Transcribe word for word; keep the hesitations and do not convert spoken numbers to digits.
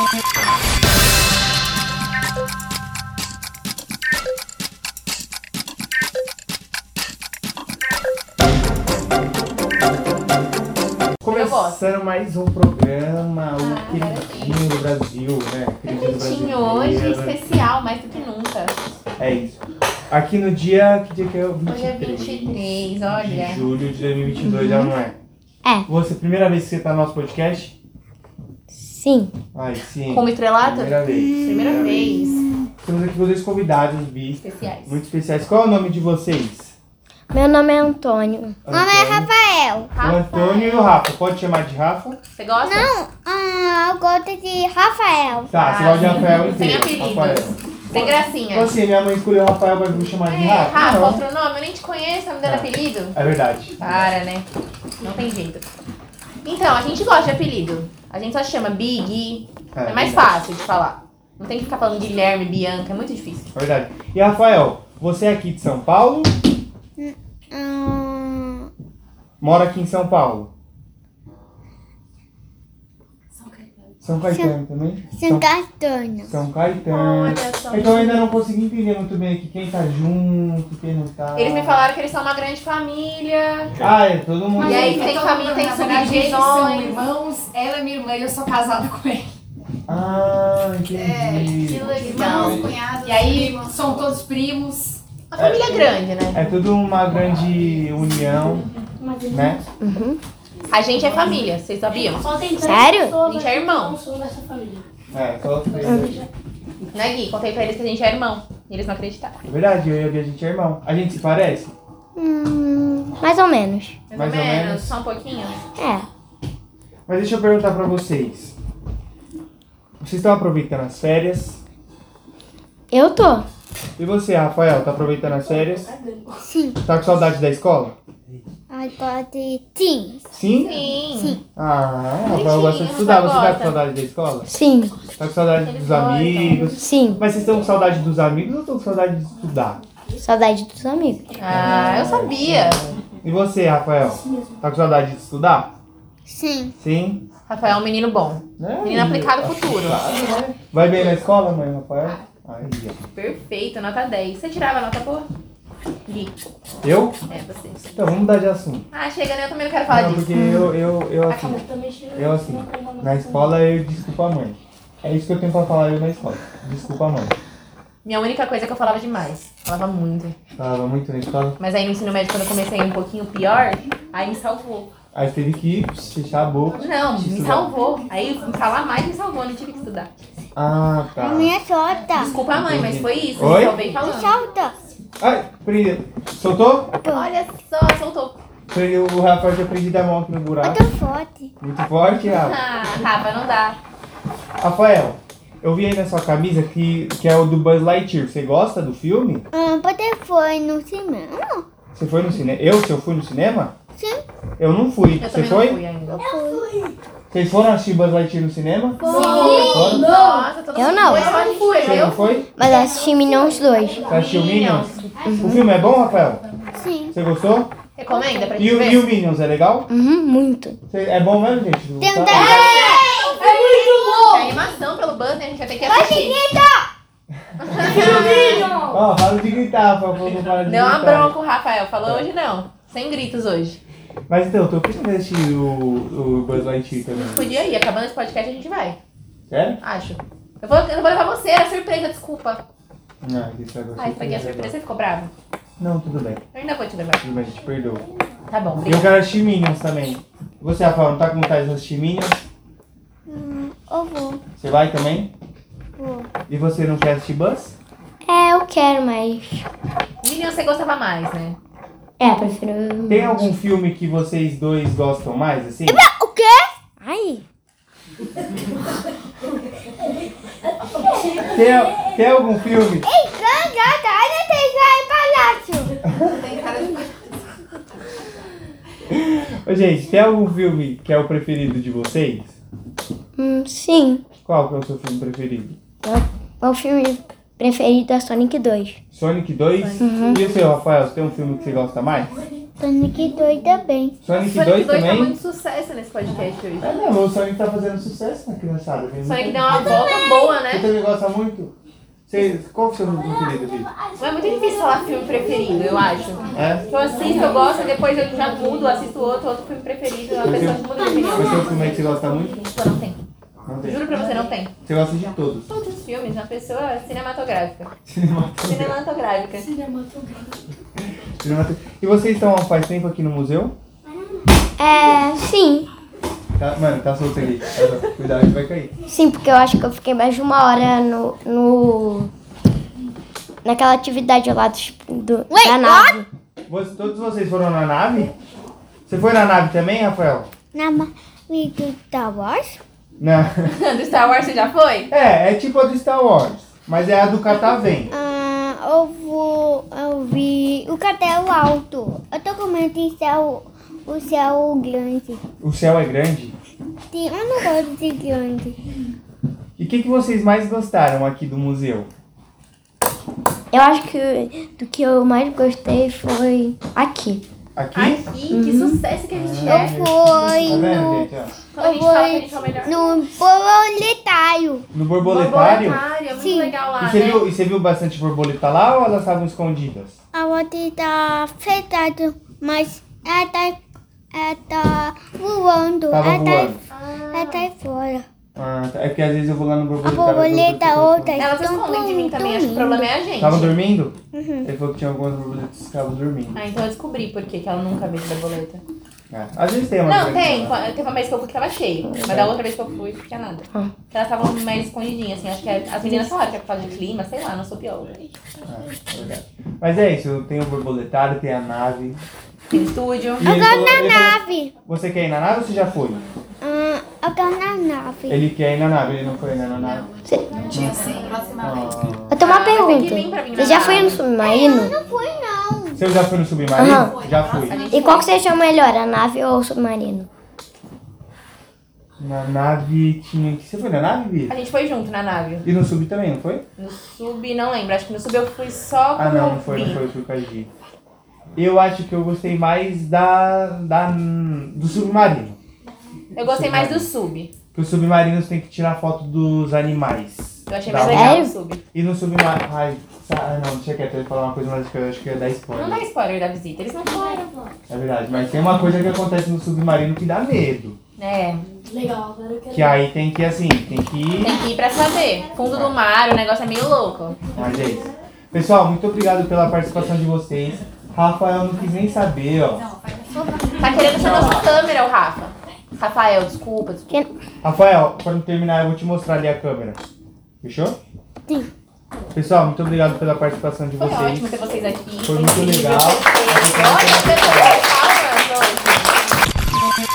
Começando mais um programa, o ah, queridinho do Brasil, né? Queridinho hoje, especial, mais do que nunca. É isso. Aqui no dia, que dia que é o vinte e três? Hoje é vinte e três, olha. De julho de dois mil e vinte e dois, já não é? É. Você, primeira vez que você tá no nosso podcast? Sim. Ai, sim. Como estrelato? Primeira vez. Primeira vez. Temos aqui dois convidados, bis. Especiais. Muito especiais. Qual é o nome de vocês? Meu nome é Antônio. Antônio. Meu nome é Rafael. O Antônio e o Rafa. Pode chamar de Rafa? Você gosta? Não, ah, eu gosto de Rafael. Tá, você gosta de Rafael Sem inteiro. apelido. Rafael. Sem gracinha. Então assim, minha mãe escolheu o Rafael pra me chamar de É, Rafa? Rafa, Não. outro nome? Eu nem te conheço, tá me dando É. apelido? É verdade. Para, né? Não tem jeito. Então, a gente gosta de apelido. A gente só chama Big. É, É, mais verdade. fácil de falar. Não tem que ficar falando Guilherme, Bianca, é muito difícil. É verdade. E Rafael, você é aqui de São Paulo? Hum, Mora aqui em São Paulo? São Caetano também? São Caetano. São Caetano. Olha só. Então eu ainda não consegui entender muito bem aqui quem tá junto, quem não tá. Eles me falaram que eles são uma grande família. Ah, é todo mundo. E aí tem todo família, mundo, tem na verdade, eles são subdivisões. irmãos, ela é minha irmã e eu sou casada com ele. Ah, entendi. que legal. Irmãos, cunhados, E aí- primos, são todos primos. Uma família grande, né? É tudo uma grande união, né? A gente é família, vocês sabiam? Só tem três Sério? pessoas A gente é aqui irmão. que não são dessa família. É, só três. Né, Gui? Contei pra eles que a gente é irmão. E eles não acreditaram. É verdade, eu e a Bia, a gente é irmão. A gente se parece? Hum, mais ou menos. Mais, Mais ou ou menos, menos. só um pouquinho. É. Mas deixa eu perguntar pra vocês. Vocês estão aproveitando as férias? Eu tô. E você, Rafael, tá aproveitando as férias? Sim. Tá com saudade da escola? Agora de sim. Sim? Sim. Sim. Ah, Rafael gosta de estudar. Você tá gosta. com saudade da escola? Sim. Tá com saudade Eles dos gostam. amigos? Sim. Mas vocês estão com saudade dos amigos ou estão com saudade de estudar? Saudade dos amigos. Ah, eu sabia. E você, Rafael? Tá com saudade de estudar? Sim. Sim? Rafael é um menino bom. Né? Menino aplicado ao futuro. Vai bem na escola, mãe, Rafael? Aí, ó. Perfeito, nota dez. Você tirava a nota boa? Gui. Eu? É, você. Então, vamos mudar de assunto. Ah, chega, né? Eu também não quero falar Não, disso. porque eu, eu, eu assim, Também chega- eu assim, na escola eu desculpo a mãe. É isso que eu tenho pra falar eu na escola. Desculpa a mãe. Minha única coisa é que eu falava demais. Falava muito. Falava muito na escola. Mas aí no ensino médio, quando eu comecei um pouquinho pior, aí me salvou. Aí teve que fechar a boca. Não, me estudar. salvou. Aí falar mais me salvou, não tive que estudar. Ah, tá. Minha solta. Desculpa a mãe, mas foi isso. Oi? Me salvei falando. Solta. Ai, prendi. Soltou? Olha só, soltou. Prendi, o Rafael tinha prendido a mão aqui no buraco. Outra forte. Muito forte, Rafa. Ah, Rafa, não dá. Rafael, eu vi aí na sua camisa que, que é o do Buzz Lightyear. Você gosta do filme? Ah, você foi no cinema? Você foi no cinema? Eu, se eu fui no cinema? Sim. Eu não fui. Eu Você também foi? não fui ainda. Vocês foram assistir Buzz Lightyear no cinema? Sim! Nossa, todo Eu mundo não. foi, só a gente foi, Você eu não foi? Mas eu assisti Minions dois. Você assistiu Minions? O filme é bom, Rafael? Sim. Você gostou? Recomenda pra gente E, o- ver? e o Minions, é legal? Uhum, muito. Você- é bom mesmo, gente? Vocês Tem um gostaram? Tem animação pelo Buzz, né? A gente vai ter que assistir. Ó, para de gritar, por favor, para de Deu uma gritar. bronca o Rafael. Falou hoje não. Sem gritos hoje. Mas então, eu tô querendo assistir o, o Buzz Lightyear também. Podia ir. Acabando esse podcast, a gente vai. Sério? Acho. Eu vou, eu vou levar você. Era surpresa, desculpa. Não, isso agora. Ai, estraguei a surpresa. Você ficou bravo? Não, tudo bem. Eu ainda vou te levar. Tudo bem, a gente perdoa. Tá bom, E eu obrigada. quero assistir Minions também. Você, Rafael, não tá com vontade de assistir Minions? Hum, eu vou. Você vai também? Vou. E você não quer assistir Buzz? É, eu quero, mas... Minion você gostava mais, né? É, prefiro... Tem algum filme que vocês dois gostam mais, assim? O quê? Ai. Tem, tem algum filme? Ei, gata, olha tem palácio. Tem cara de... Ô, gente, tem algum filme que é o preferido de vocês? Hum, sim. Qual que é o seu filme preferido? O filme preferido é Sonic dois. Sonic dois? Uhum. E o seu, Rafael? Você tem um filme que você gosta mais? Sonic dois também. Sonic Sonic dois dois tá também? muito sucesso nesse podcast hoje. É mesmo, o Sonic tá fazendo sucesso na criançada. Vem Sonic muito- deu uma volta boa, Você né? também gosta muito? Você, qual que é o seu filme preferido, Vitor? Não é muito difícil falar filme preferido, eu acho. É? Eu assisto, eu gosto, depois eu já mudo, assisto outro, outro filme preferido, a pessoa muda de Mas tem opinião. um filme aí que você gosta muito? Gente, não tem. Não tem. Juro pra você, não tem. Você gosta de todos. Todos os filmes, uma pessoa cinematográfica. Cinematográfico. Cinematográfica. Cinematográfico. E vocês estão há faz tempo aqui no museu? É, sim. Tá- mano, tá solto aqui. Cuidado que vai cair. Sim, porque eu acho que eu fiquei mais de uma hora no... no naquela atividade lá do, do, da nave. Você- todos vocês foram na nave? Você foi na nave também, Rafael? Na nave do Star Wars? Não. Do Star Wars você já foi? É, é tipo a do Star Wars. Mas é a do Catavém. Ah, eu vou... Eu vi o castelo alto. Eu tô comendo o céu, o céu grande. O céu é grande. Sim, eu não gosto de grande. E o que, que vocês mais gostaram aqui do museu? Eu acho que do que eu mais gostei foi aqui. Aqui? Aqui, que sucesso que a gente Eu é. fui Tá vendo, no... gente? Ó. Quando a gente Eu fala que a gente é o fui melhor. no borboletário. No borboletário? Borboletário, é muito Sim. legal lá, E você, né? viu, e você viu bastante borboleta lá ou elas estavam escondidas? A outra tá fechada, mas ela tá, ela tá voando. Tava ela, voando. Tá, ela tá aí fora. Ah, tá. É porque às vezes eu vou lá no A borboletário. borboleta, as outra, borboletas Elas estão escondem de mim também, acho que o problema é a gente. Estavam dormindo? Uhum. Ele falou que tinha algumas borboletas que estavam dormindo. Ah, então eu descobri por que que ela nunca veio de borboleta. É. Às vezes tem uma Não, borboleta tem. lá. Teve uma vez que eu fui que tava cheio. Mas da outra vez que eu fui, não tinha nada. Ah. Elas estavam mais escondidinhas, assim. Acho que as meninas falaram que é por causa de clima, sei lá, não sou bióloga. Ah, é verdade. Mas é isso, tem o borboletário, tem a nave. Tem estúdio. E Eu ele quero falou- ele na falou- nave. Você quer ir na nave ou você já foi? Ah, eu quero na nave. Ele quer ir na nave, ele não foi ainda na nave. Tinha sim, próxima vez. Ah. Eu tenho uma Ah, mas tem que vir pergunta. pra vir na Você já nave. foi no submarino? Não fui, não. Você já foi no submarino? Aham. Já fui. A gente E qual que foi. você achou melhor, a nave ou o submarino? Na nave tinha. Você foi na nave, Bia? A gente foi junto na nave. E no sub também, não foi? No sub, não lembro. Acho que no sub eu fui só com Ah, não, o não foi, Vim. não foi, eu fui com a Gi. Eu acho que eu gostei mais da, da do submarino. Eu gostei mais do sub. Porque os submarinos tem que tirar foto dos animais. Eu achei Da mais hora. legal o Sério? sub. E no submarino. Ai, sa- não, deixa quieto, eu ia falar uma coisa, mas acho que eu acho que ia dar spoiler. Não dá spoiler da visita, eles não foram. É verdade, mas tem uma coisa que acontece no submarino que dá medo. É, Legal, agora eu quero. Que aí tem que, assim, tem que ir. tem que ir pra saber. Fundo do mar, o negócio é meio louco. Mas é isso. Pessoal, muito obrigado pela participação de vocês. Rafael não quis nem saber, ó. Tá querendo ser nossa câmera, o Rafa. Rafael, desculpa, desculpa. Que... Rafael, quando terminar eu vou te mostrar ali a câmera. Fechou? Sim. Pessoal, muito obrigado pela participação de Foi vocês. ótimo ter vocês aqui. Foi muito incrível, legal. perfeito. Olha, você falou, palmas hoje.